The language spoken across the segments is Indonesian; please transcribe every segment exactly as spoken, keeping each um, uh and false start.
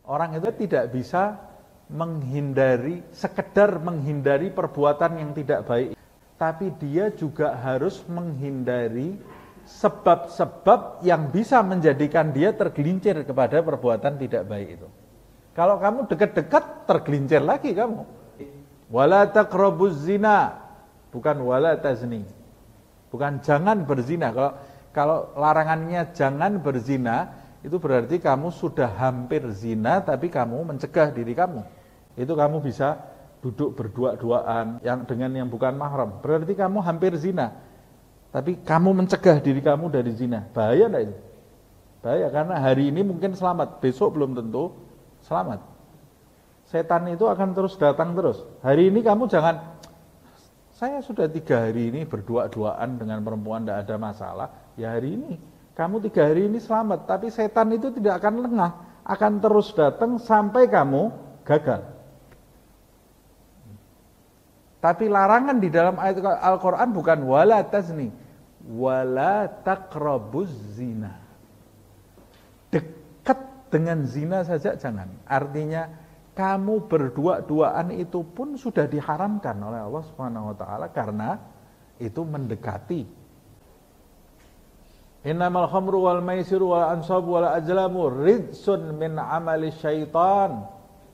Orang itu tidak bisa menghindari, sekedar menghindari perbuatan yang tidak baik. Tapi dia juga harus menghindari sebab-sebab yang bisa menjadikan dia tergelincir kepada perbuatan tidak baik itu. Kalau kamu dekat-dekat, tergelincir lagi kamu. Wala taqrabuz zina, bukan wala tazni. Bukan jangan berzina. Kalau kalau larangannya jangan berzina, itu berarti kamu sudah hampir zina, tapi kamu mencegah diri kamu. Itu kamu bisa duduk berdua-duaan yang dengan yang bukan mahram. Berarti kamu hampir zina, tapi kamu mencegah diri kamu dari zina. Bahaya enggak itu? Bahaya, karena hari ini mungkin selamat, besok belum tentu selamat. Setan itu akan terus datang terus. Hari ini kamu jangan, saya sudah tiga hari ini berdua-duaan dengan perempuan, tidak ada masalah. Ya hari ini, kamu tiga hari ini selamat. Tapi setan itu tidak akan lengah, akan terus datang sampai kamu gagal. Tapi larangan di dalam ayat Al-Quran bukan wala tazni, wala taqrabuz zina. Dekat dengan zina saja jangan. Artinya kamu berdua-duaan itu pun sudah diharamkan oleh Allah Subhanahu wa taala karena itu mendekati. Innamal khamru wal maisiru wal ansabu wal azlamu ridsun min amali syaitan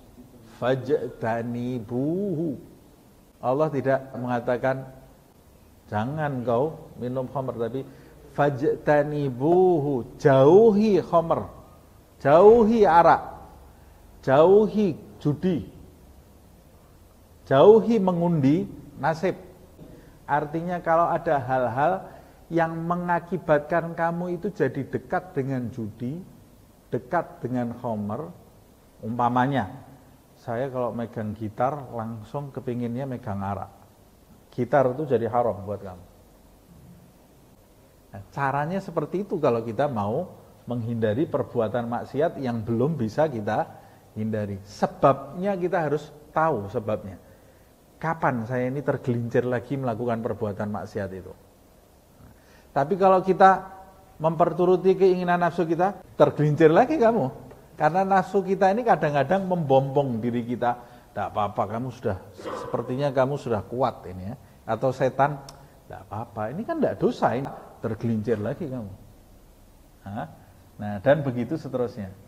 fajtanibuhu. Allah tidak mengatakan jangan kau minum khamr, tapi fajtanibuhu, jauhi khamr, jauhi arak, jauhi judi, jauhi mengundi nasib. Artinya kalau ada hal-hal yang mengakibatkan kamu itu jadi dekat dengan judi, dekat dengan khamr, umpamanya saya kalau megang gitar langsung kepinginnya megang arak. Gitar itu jadi haram buat kamu. Nah, caranya seperti itu kalau kita mau menghindari perbuatan maksiat yang belum bisa kita hindari. Sebabnya kita harus tahu sebabnya. Kapan saya ini tergelincir lagi melakukan perbuatan maksiat itu. Nah, tapi kalau kita memperturuti keinginan nafsu kita, tergelincir lagi kamu. Karena nafsu kita ini kadang-kadang membombong diri kita. Tidak apa-apa, kamu sudah, sepertinya kamu sudah kuat ini ya. Atau setan, tidak apa-apa, ini kan tidak dosa, ini tergelincir lagi kamu. Nah, dan begitu seterusnya.